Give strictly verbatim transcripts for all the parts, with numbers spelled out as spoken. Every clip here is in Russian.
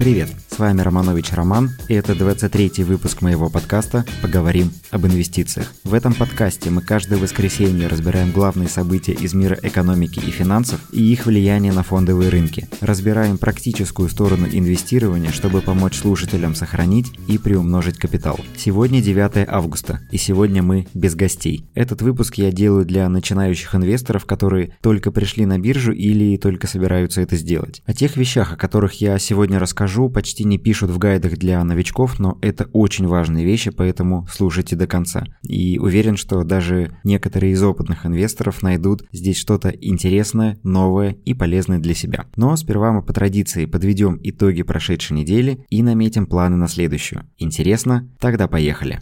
Привет, с вами Романович Роман, и это двадцать третий выпуск моего подкаста «Поговорим об инвестициях». В этом подкасте мы каждое воскресенье разбираем главные события из мира экономики и финансов и их влияние на фондовые рынки. Разбираем практическую сторону инвестирования, чтобы помочь слушателям сохранить и приумножить капитал. Сегодня девятое августа, и сегодня мы без гостей. Этот выпуск я делаю для начинающих инвесторов, которые только пришли на биржу или только собираются это сделать. О тех вещах, о которых я сегодня расскажу, почти не пишут в гайдах для новичков, но это очень важные вещи, поэтому слушайте до конца. И уверен, что даже некоторые из опытных инвесторов найдут здесь что-то интересное, новое и полезное для себя. Но сперва мы по традиции подведем итоги прошедшей недели и наметим планы на следующую. Интересно? Тогда поехали!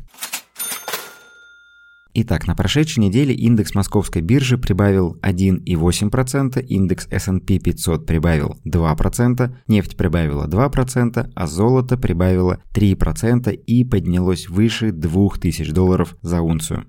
Итак, на прошедшей неделе индекс Московской биржи прибавил один и восемь десятых процента, индекс эс энд пи пятьсот прибавил два процента, нефть прибавила два процента, а золото прибавило три процента и поднялось выше двух тысяч долларов за унцию.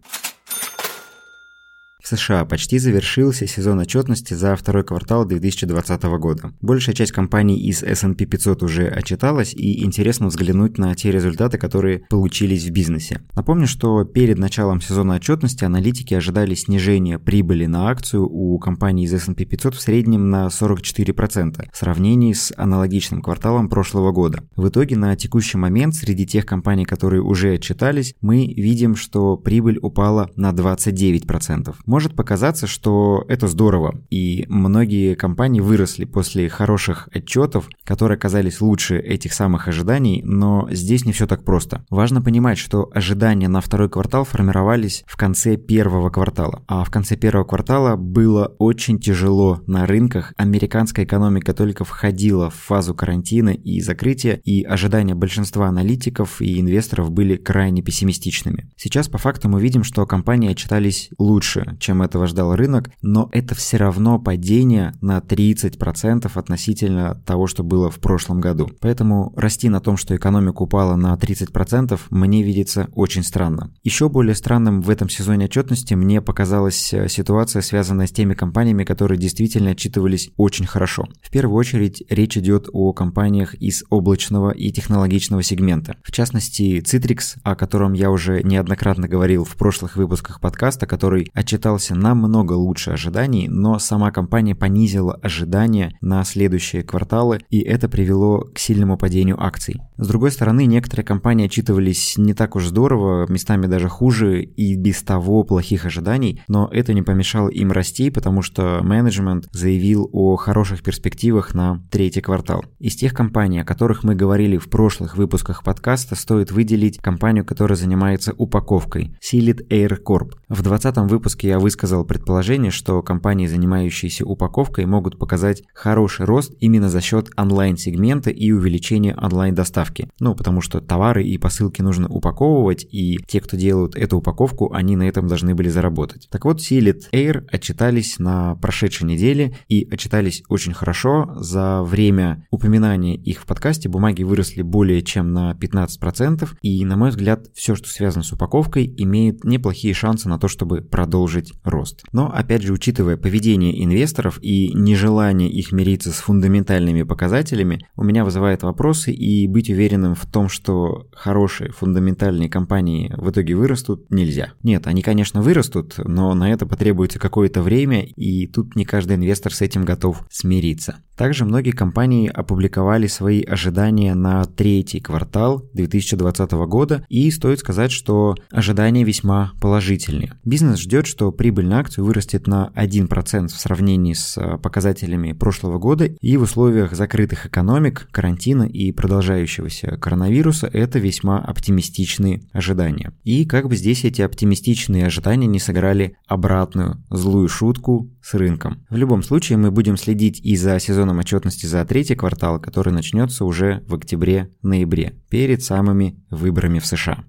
В США почти завершился сезон отчетности за второй квартал две тысячи двадцатого года. Большая часть компаний из эс энд пи пятьсот уже отчиталась, и интересно взглянуть на те результаты, которые получились в бизнесе. Напомню, что перед началом сезона отчетности аналитики ожидали снижения прибыли на акцию у компаний из эс энд пи пятьсот в среднем на сорок четыре процента в сравнении с аналогичным кварталом прошлого года. В итоге на текущий момент среди тех компаний, которые уже отчитались, мы видим, что прибыль упала на двадцать девять процентов. Может показаться, что это здорово, и многие компании выросли после хороших отчетов, которые оказались лучше этих самых ожиданий, но здесь не все так просто. Важно понимать, что ожидания на второй квартал формировались в конце первого квартала, а в конце первого квартала было очень тяжело на рынках, американская экономика только входила в фазу карантина и закрытия, и ожидания большинства аналитиков и инвесторов были крайне пессимистичными. Сейчас по факту мы видим, что компании отчитались лучше, чем этого ждал рынок, но это все равно падение на тридцать процентов относительно того, что было в прошлом году. Поэтому расти на том, что экономика упала на тридцать процентов, мне видится очень странно. Еще более странным в этом сезоне отчетности мне показалась ситуация, связанная с теми компаниями, которые действительно отчитывались очень хорошо. В первую очередь речь идет о компаниях из облачного и технологичного сегмента. В частности, Citrix, о котором я уже неоднократно говорил в прошлых выпусках подкаста, который отчитался намного лучше ожиданий, но сама компания понизила ожидания на следующие кварталы, и это привело к сильному падению акций. С другой стороны, некоторые компании отчитывались не так уж здорово, местами даже хуже и без того плохих ожиданий, но это не помешало им расти, потому что менеджмент заявил о хороших перспективах на третий квартал. Из тех компаний, о которых мы говорили в прошлых выпусках подкаста, стоит выделить компанию, которая занимается упаковкой – Sealed Air Corp. В двадцатом выпуске я высказал предположение, что компании, занимающиеся упаковкой, могут показать хороший рост именно за счет онлайн-сегмента и увеличения онлайн-доставки. Ну, потому что товары и посылки нужно упаковывать, и те, кто делают эту упаковку, они на этом должны были заработать. Так вот, Sealed Air отчитались на прошедшей неделе и отчитались очень хорошо. За время упоминания их в подкасте бумаги выросли более чем на пятнадцать процентов, и, на мой взгляд, все, что связано с упаковкой, имеет неплохие шансы на то, чтобы продолжить рост. Но, опять же, учитывая поведение инвесторов и нежелание их мириться с фундаментальными показателями, у меня вызывает вопросы, и быть уверенным в том, что хорошие фундаментальные компании в итоге вырастут, нельзя. Нет, они, конечно, вырастут, но на это потребуется какое-то время, и тут не каждый инвестор с этим готов смириться. Также многие компании опубликовали свои ожидания на третий квартал две тысячи двадцатого года, и стоит сказать, что ожидания весьма положительные. Бизнес ждет, что прибыль на акцию вырастет на один процент в сравнении с показателями прошлого года, и в условиях закрытых экономик, карантина и продолжающегося коронавируса это весьма оптимистичные ожидания. И как бы здесь эти оптимистичные ожидания не сыграли обратную злую шутку с рынком. В любом случае мы будем следить и за сезоном отчетности за третий квартал, который начнется уже в октябре-ноябре, перед самыми выборами в США.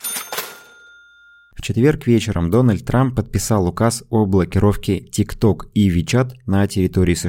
В четверг вечером Дональд Трамп подписал указ о блокировке TikTok и WeChat на территории США.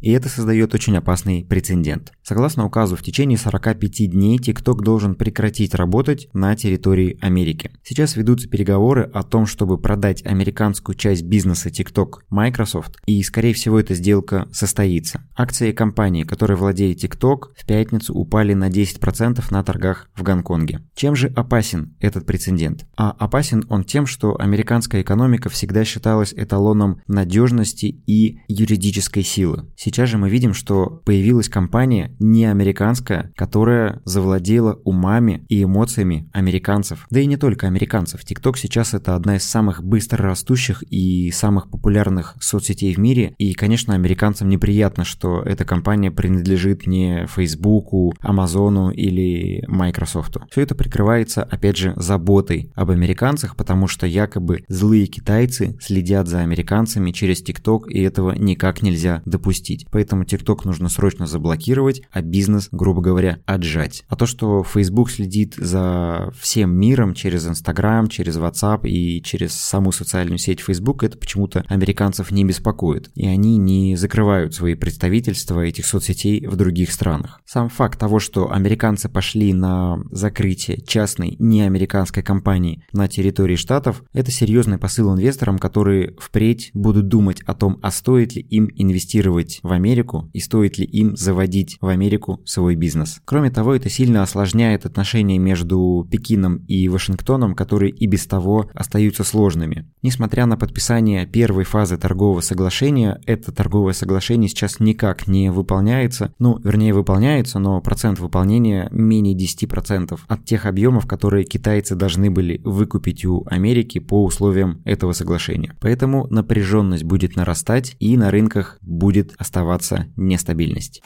и это создает очень опасный прецедент. Согласно указу, в течение сорока пяти дней TikTok должен прекратить работать на территории Америки. Сейчас ведутся переговоры о том, чтобы продать американскую часть бизнеса TikTok Microsoft, и, скорее всего, эта сделка состоится. Акции компании, которая владеет TikTok, в пятницу упали на десять процентов на торгах в Гонконге. Чем же опасен этот прецедент? А опасен он тем, что американская экономика всегда считалась эталоном надежности и юридической силы. Сейчас же мы видим, что появилась компания не американская, которая завладела умами и эмоциями американцев. Да и не только американцев. TikTok сейчас это одна из самых быстро растущих и самых популярных соцсетей в мире. И, конечно, американцам неприятно, что эта компания принадлежит не Фейсбуку, Амазону или Microsoft. Все это прикрывается, опять же, заботой об американцах, потому что якобы злые китайцы следят за американцами через TikTok, и этого никак нельзя допустить. Поэтому TikTok нужно срочно заблокировать, а бизнес, грубо говоря, отжать. А то, что Facebook следит за всем миром через Instagram, через WhatsApp и через саму социальную сеть Facebook, это почему-то американцев не беспокоит. И они не закрывают свои представительства этих соцсетей в других странах. Сам факт того, что американцы пошли на закрытие частной неамериканской компании на территории штатов, это серьезный посыл инвесторам, которые впредь будут думать о том, а стоит ли им инвестировать в Америку и стоит ли им заводить в Америку свой бизнес. Кроме того, это сильно осложняет отношения между Пекином и Вашингтоном, которые и без того остаются сложными. Несмотря на подписание первой фазы торгового соглашения, это торговое соглашение сейчас никак не выполняется. Ну, вернее, выполняется, но процент выполнения менее десять процентов от тех объемов, которые китайцы должны были выкупить у Америки по условиям этого соглашения. Поэтому напряженность будет нарастать, и на рынках будет оставаться нестабильность.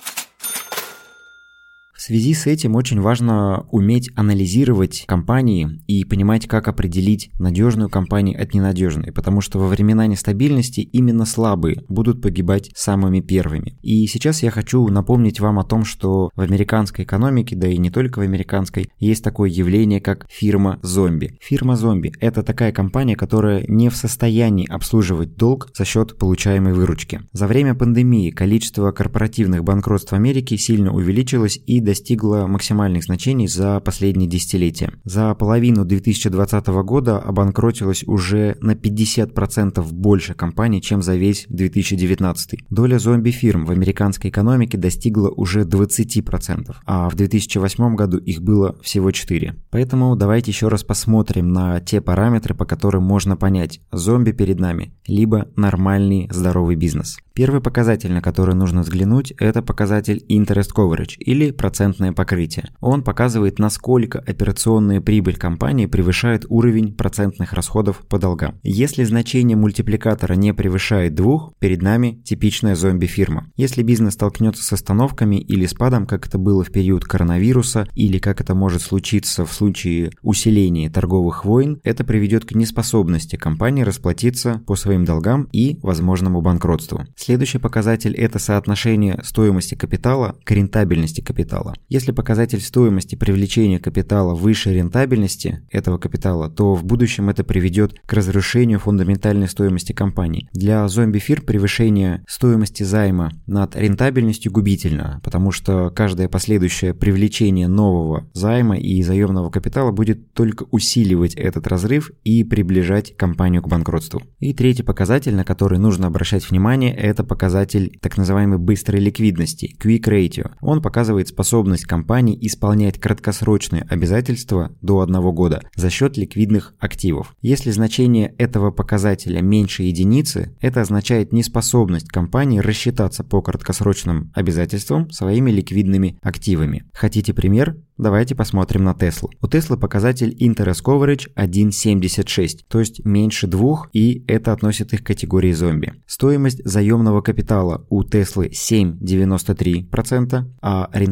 В связи с этим очень важно уметь анализировать компании и понимать, как определить надежную компанию от ненадежной, потому что во времена нестабильности именно слабые будут погибать самыми первыми. И сейчас я хочу напомнить вам о том, что в американской экономике, да и не только в американской, есть такое явление, как фирма-зомби. Фирма-зомби – это такая компания, которая не в состоянии обслуживать долг за счет получаемой выручки. За время пандемии количество корпоративных банкротств в Америке сильно увеличилось и достигло достигла максимальных значений за последние десятилетия. За половину две тысячи двадцатого года обанкротилось уже на пятьдесят процентов больше компаний, чем за весь две тысячи девятнадцатый. Доля зомби-фирм в американской экономике достигла уже двадцать процентов, а в две тысячи восьмом году их было всего четыре процента. Поэтому давайте еще раз посмотрим на те параметры, по которым можно понять, зомби перед нами, либо нормальный здоровый бизнес. Первый показатель, на который нужно взглянуть, это показатель Interest Coverage или процентное покрытие. Он показывает, насколько операционная прибыль компании превышает уровень процентных расходов по долгам. Если значение мультипликатора не превышает двух, перед нами типичная зомби-фирма. Если бизнес столкнется с остановками или спадом, как это было в период коронавируса, или как это может случиться в случае усиления торговых войн, это приведет к неспособности компании расплатиться по своим долгам и возможному банкротству. Следующий показатель – это соотношение стоимости капитала к рентабельности капитала. Если показатель стоимости привлечения капитала выше рентабельности этого капитала, то в будущем это приведет к разрушению фундаментальной стоимости компании. Для зомби-фирм превышение стоимости займа над рентабельностью губительно, потому что каждое последующее привлечение нового займа и заемного капитала будет только усиливать этот разрыв и приближать компанию к банкротству. И третий показатель, на который нужно обращать внимание, это показатель так называемой быстрой ликвидности, Quick Ratio. Он показывает способность компании исполнять краткосрочные обязательства до одного года за счет ликвидных активов. Если значение этого показателя меньше единицы, это означает неспособность компании рассчитаться по краткосрочным обязательствам своими ликвидными активами. Хотите пример? Давайте посмотрим на Теслу. У Теслы показатель Interest Coverage один целых семьдесят шесть сотых, то есть меньше двух, и это относит их к категории зомби. Стоимость заемного капитала у Теслы семь целых девяносто три сотых процента, а рентабельность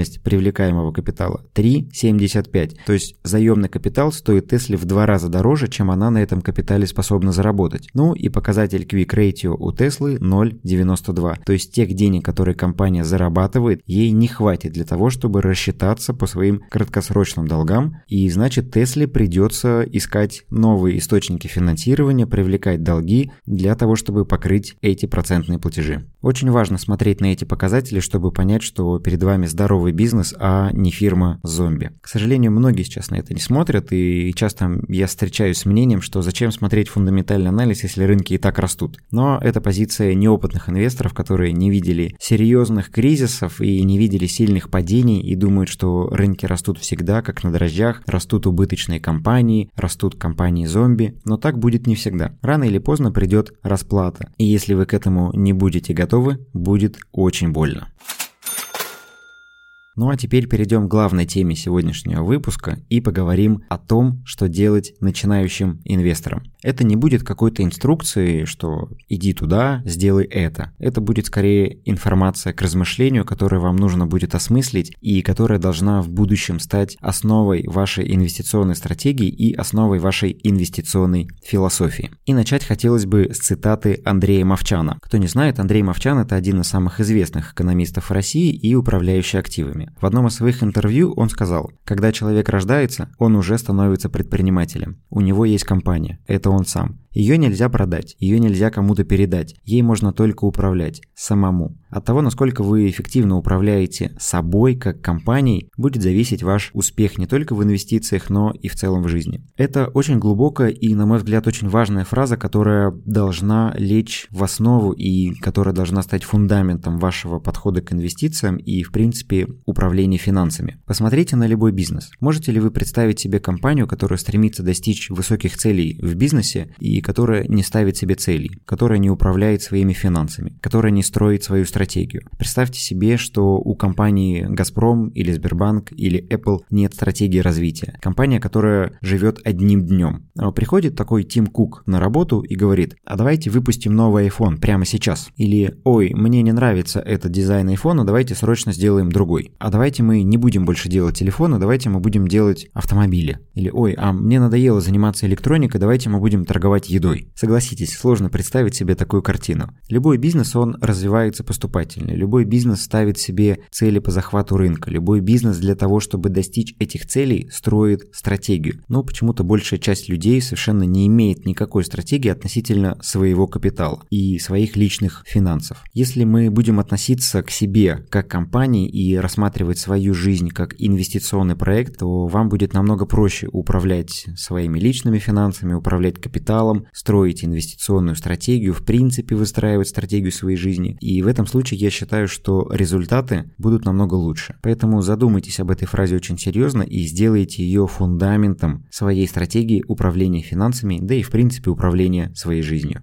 стоимость привлекаемого капитала три целых семьдесят пять сотых. То есть заемный капитал стоит Тесле в два раза дороже, чем она на этом капитале способна заработать. Ну и показатель Quick Ratio у Теслы ноль целых девяносто два сотых. То есть тех денег, которые компания зарабатывает, ей не хватит для того, чтобы рассчитаться по своим краткосрочным долгам. И значит, Тесле придется искать новые источники финансирования, привлекать долги для того, чтобы покрыть эти процентные платежи. Очень важно смотреть на эти показатели, чтобы понять, что перед вами здоровый бизнес, а не фирма-зомби. К сожалению, многие сейчас на это не смотрят, и часто я встречаюсь с мнением, что зачем смотреть фундаментальный анализ, если рынки и так растут. Но это позиция неопытных инвесторов, которые не видели серьезных кризисов и не видели сильных падений и думают, что рынки растут всегда, как на дрожжах, растут убыточные компании, растут компании-зомби, но так будет не всегда. Рано или поздно придет расплата, и если вы к этому не будете готовы, будет очень больно. Ну а теперь перейдем к главной теме сегодняшнего выпуска и поговорим о том, что делать начинающим инвесторам. Это не будет какой-то инструкции, что иди туда, сделай это. Это будет скорее информация к размышлению, которую вам нужно будет осмыслить и которая должна в будущем стать основой вашей инвестиционной стратегии и основой вашей инвестиционной философии. И начать хотелось бы с цитаты Андрея Мовчана. Кто не знает, Андрей Мовчан – это один из самых известных экономистов России и управляющий активами. В одном из своих интервью он сказал: когда человек рождается, он уже становится предпринимателем. У него есть компания, это он сам. Ее нельзя продать, ее нельзя кому-то передать, ей можно только управлять самому. От того, насколько вы эффективно управляете собой как компанией, будет зависеть ваш успех не только в инвестициях, но и в целом в жизни. Это очень глубокая и, на мой взгляд, очень важная фраза, которая должна лечь в основу и которая должна стать фундаментом вашего подхода к инвестициям и, в принципе, управления финансами. Посмотрите на любой бизнес. Можете ли вы представить себе компанию, которая стремится достичь высоких целей в бизнесе и которая не ставит себе целей, которая не управляет своими финансами, которая не строит свою стратегию? Представьте себе, что у компании «Газпром» или «Сбербанк» или Apple нет стратегии развития. Компания, которая живет одним днем. Приходит такой Тим Кук на работу и говорит: а давайте выпустим новый iPhone прямо сейчас. Или: ой, мне не нравится этот дизайн iPhone, давайте срочно сделаем другой. А давайте мы не будем больше делать телефоны, давайте мы будем делать автомобили. Или: ой, а мне надоело заниматься электроникой, давайте мы будем торговать едой. Согласитесь, сложно представить себе такую картину. Любой бизнес, он развивается поступательно. Любой бизнес ставит себе цели по захвату рынка. Любой бизнес для того, чтобы достичь этих целей, строит стратегию. Но почему-то большая часть людей совершенно не имеет никакой стратегии относительно своего капитала и своих личных финансов. Если мы будем относиться к себе как к компании и рассматривать свою жизнь как инвестиционный проект, то вам будет намного проще управлять своими личными финансами, управлять капиталом, строить инвестиционную стратегию, в принципе выстраивать стратегию своей жизни. И в этом случае я считаю, что результаты будут намного лучше. Поэтому задумайтесь об этой фразе очень серьезно и сделайте ее фундаментом своей стратегии управления финансами, да и в принципе управления своей жизнью.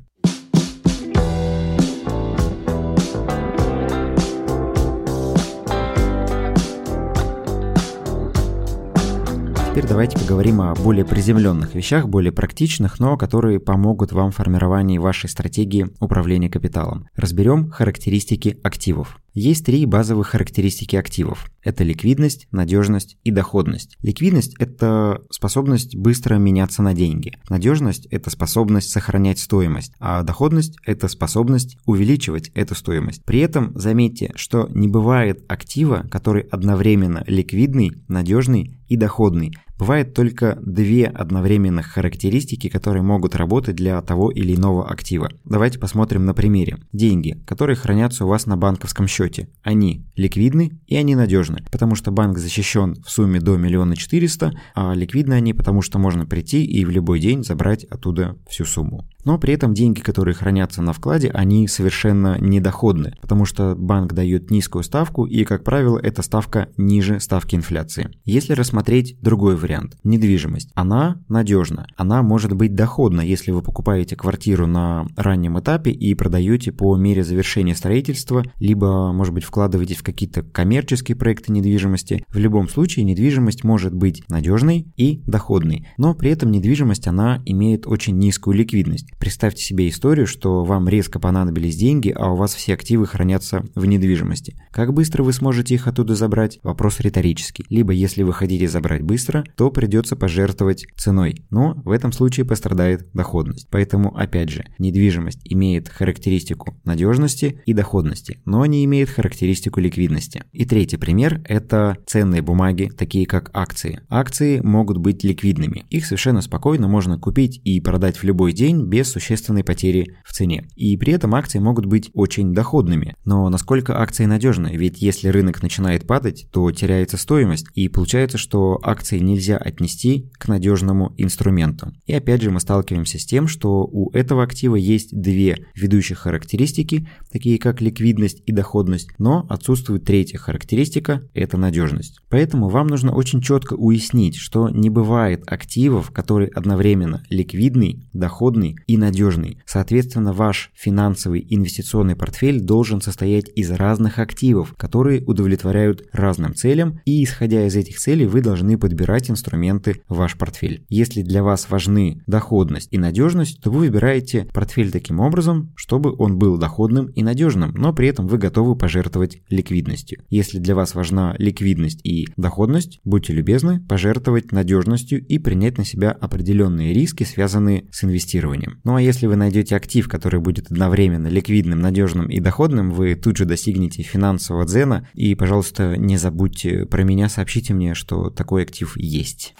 Теперь давайте поговорим о более приземленных вещах, более практичных, но которые помогут вам в формировании вашей стратегии управления капиталом. Разберем характеристики активов. Есть три базовых характеристики активов. Это ликвидность, надежность и доходность. Ликвидность – это способность быстро меняться на деньги. Надежность – это способность сохранять стоимость. А доходность – это способность увеличивать эту стоимость. При этом заметьте, что не бывает актива, который одновременно ликвидный, надежный и доходный. Бывает только две одновременных характеристики, которые могут работать для того или иного актива. Давайте посмотрим на примере. Деньги, которые хранятся у вас на банковском счете. Они ликвидны и они надежны, потому что банк защищен в сумме до миллиона четыреста, а ликвидны они, потому что можно прийти и в любой день забрать оттуда всю сумму. Но при этом деньги, которые хранятся на вкладе, они совершенно недоходны, потому что банк дает низкую ставку и, как правило, эта ставка ниже ставки инфляции. Если рассмотреть другой вариант, вариант. Недвижимость. Она надежна. Она может быть доходна, если вы покупаете квартиру на раннем этапе и продаете по мере завершения строительства, либо, может быть, вкладываетесь в какие-то коммерческие проекты недвижимости. В любом случае, недвижимость может быть надежной и доходной, но при этом недвижимость, она имеет очень низкую ликвидность. Представьте себе историю, что вам резко понадобились деньги, а у вас все активы хранятся в недвижимости. Как быстро вы сможете их оттуда забрать? Вопрос риторический. Либо, если вы хотите забрать быстро, то придется пожертвовать ценой, но в этом случае пострадает доходность. Поэтому, опять же, недвижимость имеет характеристику надежности и доходности, но не имеет характеристику ликвидности. И третий пример – это ценные бумаги, такие как акции. Акции могут быть ликвидными. Их совершенно спокойно можно купить и продать в любой день без существенной потери в цене. И при этом акции могут быть очень доходными. Но насколько акции надежны? Ведь если рынок начинает падать, то теряется стоимость, и получается, что акции нельзя отнести к надежному инструменту. И опять же мы сталкиваемся с тем, что у этого актива есть две ведущих характеристики, такие как ликвидность и доходность, но отсутствует третья характеристика – это надежность. Поэтому вам нужно очень четко уяснить, что не бывает активов, которые одновременно ликвидный, доходный и надежный. Соответственно, ваш финансовый инвестиционный портфель должен состоять из разных активов, которые удовлетворяют разным целям, и исходя из этих целей вы должны подбирать инструменты в ваш портфель. Если для вас важны доходность и надежность, то вы выбираете портфель таким образом, чтобы он был доходным и надежным, но при этом вы готовы пожертвовать ликвидностью. Если для вас важна ликвидность и доходность, будьте любезны пожертвовать надежностью и принять на себя определенные риски, связанные с инвестированием. Ну а если вы найдете актив, который будет одновременно ликвидным, надежным и доходным, вы тут же достигнете финансового дзена. И, пожалуйста, не забудьте про меня, сообщите мне, что такой актив есть.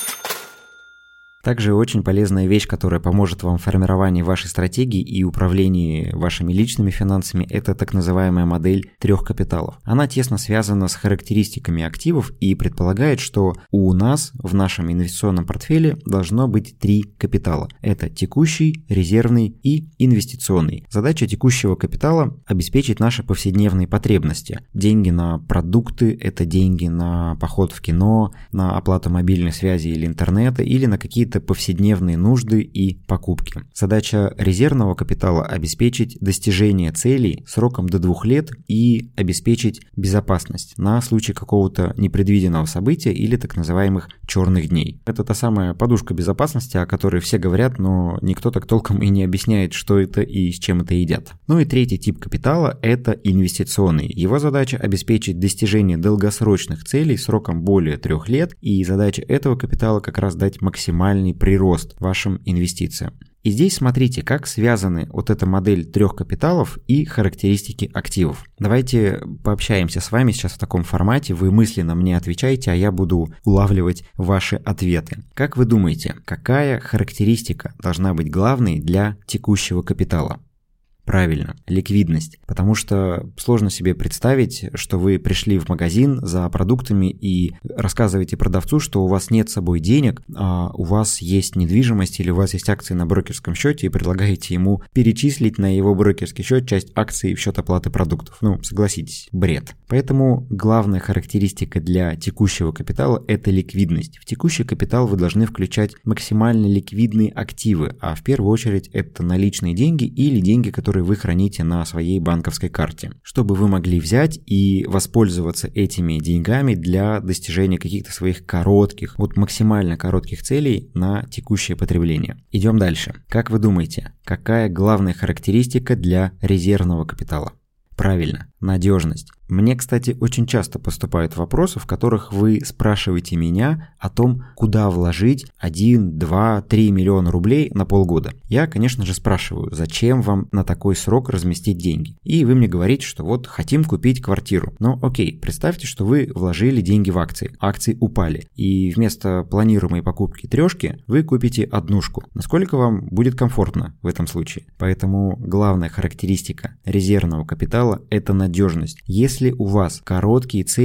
Также очень полезная вещь, которая поможет вам в формировании вашей стратегии и управлении вашими личными финансами, это так называемая модель трех капиталов. Она тесно связана с характеристиками активов и предполагает, что у нас в нашем инвестиционном портфеле должно быть три капитала. Это текущий, резервный и инвестиционный. Задача текущего капитала – обеспечить наши повседневные потребности. Деньги на продукты – это деньги на поход в кино, на оплату мобильной связи или интернета, или на какие-то повседневные нужды и покупки. Задача резервного капитала – обеспечить достижение целей сроком до двух лет и обеспечить безопасность на случай какого-то непредвиденного события или так называемых черных дней. Это та самая подушка безопасности, о которой все говорят, но никто так толком и не объясняет, что это и с чем это едят. Ну и третий тип капитала – это инвестиционный. Его задача – обеспечить достижение долгосрочных целей сроком более трех лет, и задача этого капитала как раз дать максимальный прирост вашим инвестициям. И здесь смотрите, как связаны вот эта модель трех капиталов и характеристики активов. Давайте пообщаемся с вами сейчас в таком формате, вы мысленно мне отвечаете, а я буду улавливать ваши ответы. Как вы думаете, какая характеристика должна быть главной для текущего капитала? Правильно, ликвидность, потому что сложно себе представить, что вы пришли в магазин за продуктами и рассказываете продавцу, что у вас нет с собой денег, а у вас есть недвижимость или у вас есть акции на брокерском счете и предлагаете ему перечислить на его брокерский счет часть акций в счет оплаты продуктов. Ну, согласитесь, бред. Поэтому главная характеристика для текущего капитала – это ликвидность. В текущий капитал вы должны включать максимально ликвидные активы, а в первую очередь это наличные деньги или деньги, которые вы храните на своей банковской карте, чтобы вы могли взять и воспользоваться этими деньгами для достижения каких-то своих коротких, вот максимально коротких целей на текущее потребление. Идем дальше. Как вы думаете, какая главная характеристика для резервного капитала? Правильно, надежность. Мне, кстати, очень часто поступают вопросы, в которых вы спрашиваете меня о том, куда вложить один, два, три миллиона рублей на полгода. Я, конечно же, спрашиваю, зачем вам на такой срок разместить деньги? И вы мне говорите, что вот хотим купить квартиру. Ну окей, представьте, что вы вложили деньги в акции. Акции упали. И вместо планируемой покупки трешки вы купите однушку. Насколько вам будет комфортно в этом случае? Поэтому главная характеристика резервного капитала – это надежность. Если Если у вас короткие цели,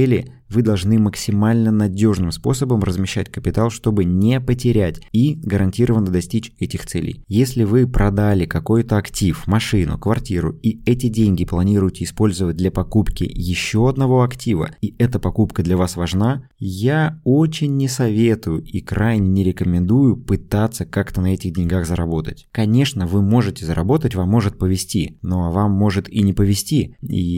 вы должны максимально надежным способом размещать капитал, чтобы не потерять и гарантированно достичь этих целей. Если вы продали какой-то актив, машину, квартиру, и эти деньги планируете использовать для покупки еще одного актива, и эта покупка для вас важна, я очень не советую и крайне не рекомендую пытаться как-то на этих деньгах заработать. Конечно, вы можете заработать, вам может повезти, но вам может и не повезти.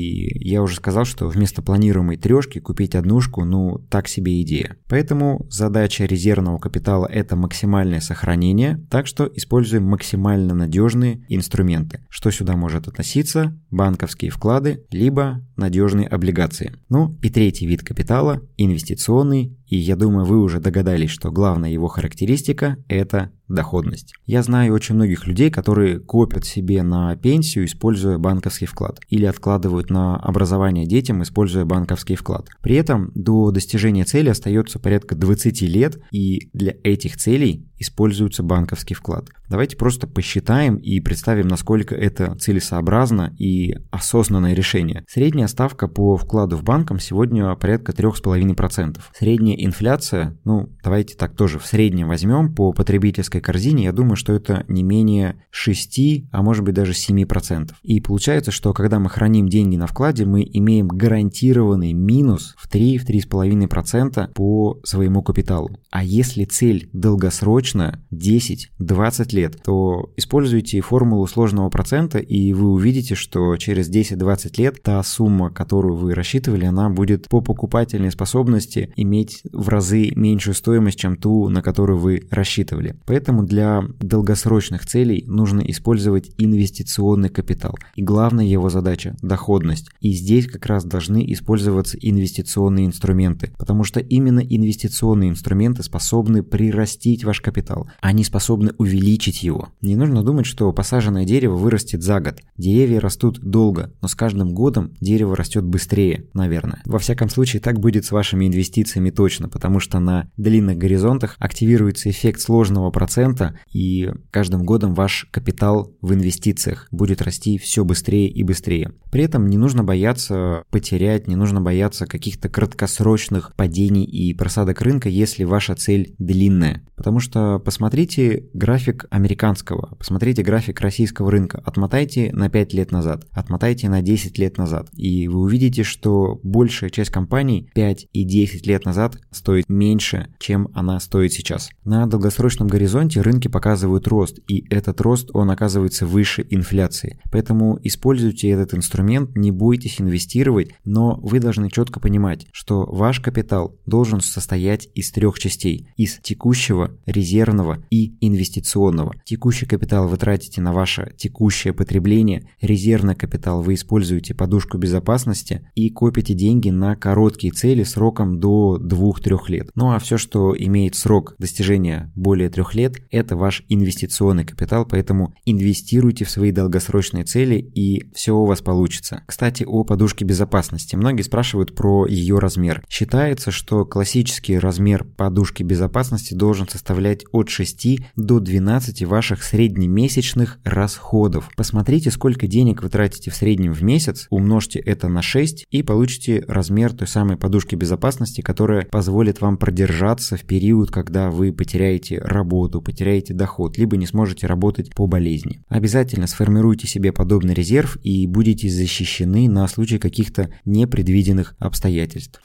И я уже сказал, что вместо планируемой трешки купить однушку, ну, так себе идея. Поэтому задача резервного капитала – это максимальное сохранение, так что используем максимально надежные инструменты. Что сюда может относиться? Банковские вклады, либо надежные облигации. Ну и третий вид капитала – инвестиционный. И я думаю, вы уже догадались, что главная его характеристика – это доходность. Я знаю очень многих людей, которые копят себе на пенсию, используя банковский вклад, или откладывают на образование детям, используя банковский вклад. При этом до достижения цели остается порядка двадцать лет, и для этих целей используется банковский вклад. Давайте просто посчитаем и представим, насколько это целесообразно и осознанное решение. Средняя ставка по вкладу в банком сегодня порядка три целых пять десятых процента. Средняя инфляция, ну давайте так тоже в среднем возьмем по потребительской корзине, я думаю, что это не менее шесть, а может быть даже семь процентов. И получается, что когда мы храним деньги на вкладе, мы имеем гарантированный минус в три-три целых пять десятых процента по своему капиталу. А если цель долгосрочная, десять-двадцать лет, то используйте формулу сложного процента, и вы увидите, что через десять-двадцать лет та сумма, которую вы рассчитывали, она будет по покупательной способности иметь в разы меньшую стоимость, чем ту, на которую вы рассчитывали. Поэтому для долгосрочных целей нужно использовать инвестиционный капитал. И главная его задача – доходность. И здесь как раз должны использоваться инвестиционные инструменты, потому что именно инвестиционные инструменты способны прирастить ваш капитал. Они способны увеличить его. Не нужно думать, что посаженное дерево вырастет за год. Деревья растут долго, но с каждым годом дерево растет быстрее, наверное. Во всяком случае, так будет с вашими инвестициями точно, потому что на длинных горизонтах активируется эффект сложного процента, и каждым годом ваш капитал в инвестициях будет расти все быстрее и быстрее. При этом не нужно бояться потерять, не нужно бояться каких-то краткосрочных падений и просадок рынка, если ваша цель длинная. Потому что посмотрите график американского, посмотрите график российского рынка, отмотайте на пять лет назад, отмотайте на десять лет назад, и вы увидите, что большая часть компаний пять и десять лет назад стоит меньше, чем она стоит сейчас. На долгосрочном горизонте рынки показывают рост, и этот рост, он оказывается выше инфляции. Поэтому используйте этот инструмент, не бойтесь инвестировать, но вы должны четко понимать, что ваш капитал должен состоять из трех частей: из текущего, резервного и инвестиционного. Текущий капитал вы тратите на ваше текущее потребление, резервный капитал вы используете подушку безопасности и копите деньги на короткие цели сроком до двух-трёх лет. Ну а все, что имеет срок достижения более трех лет, это ваш инвестиционный капитал, поэтому инвестируйте в свои долгосрочные цели, и все у вас получится. Кстати, о подушке безопасности. Многие спрашивают про ее размер. Считается, что классический размер подушки безопасности должен составлять от шести до двенадцати ваших среднемесячных расходов. Посмотрите, сколько денег вы тратите в среднем в месяц, умножьте это на шесть и получите размер той самой подушки безопасности, которая позволит вам продержаться в период, когда вы потеряете работу, потеряете доход, либо не сможете работать по болезни. Обязательно сформируйте себе подобный резерв и будете защищены на случай каких-то непредвиденных обстоятельств.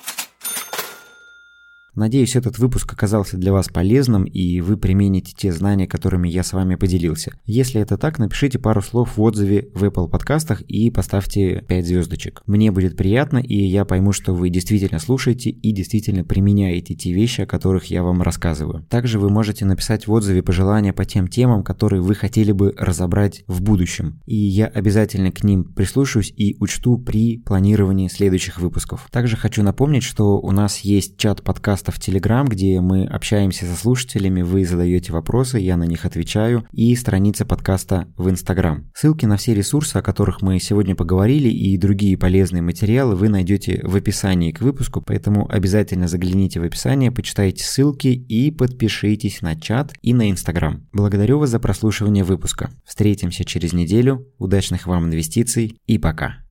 Надеюсь, этот выпуск оказался для вас полезным, и вы примените те знания, которыми я с вами поделился. Если это так, напишите пару слов в отзыве в Apple подкастах и поставьте пять звездочек. Мне будет приятно, и я пойму, что вы действительно слушаете и действительно применяете те вещи, о которых я вам рассказываю. Также вы можете написать в отзыве пожелания по тем темам, которые вы хотели бы разобрать в будущем. И я обязательно к ним прислушаюсь и учту при планировании следующих выпусков. Также хочу напомнить, что у нас есть чат подкаста в Telegram, где мы общаемся со слушателями, вы задаете вопросы, я на них отвечаю, и страница подкаста в Instagram. Ссылки на все ресурсы, о которых мы сегодня поговорили, и другие полезные материалы вы найдете в описании к выпуску, поэтому обязательно загляните в описание, почитайте ссылки и подпишитесь на чат и на Instagram. Благодарю вас за прослушивание выпуска. Встретимся через неделю, удачных вам инвестиций и пока!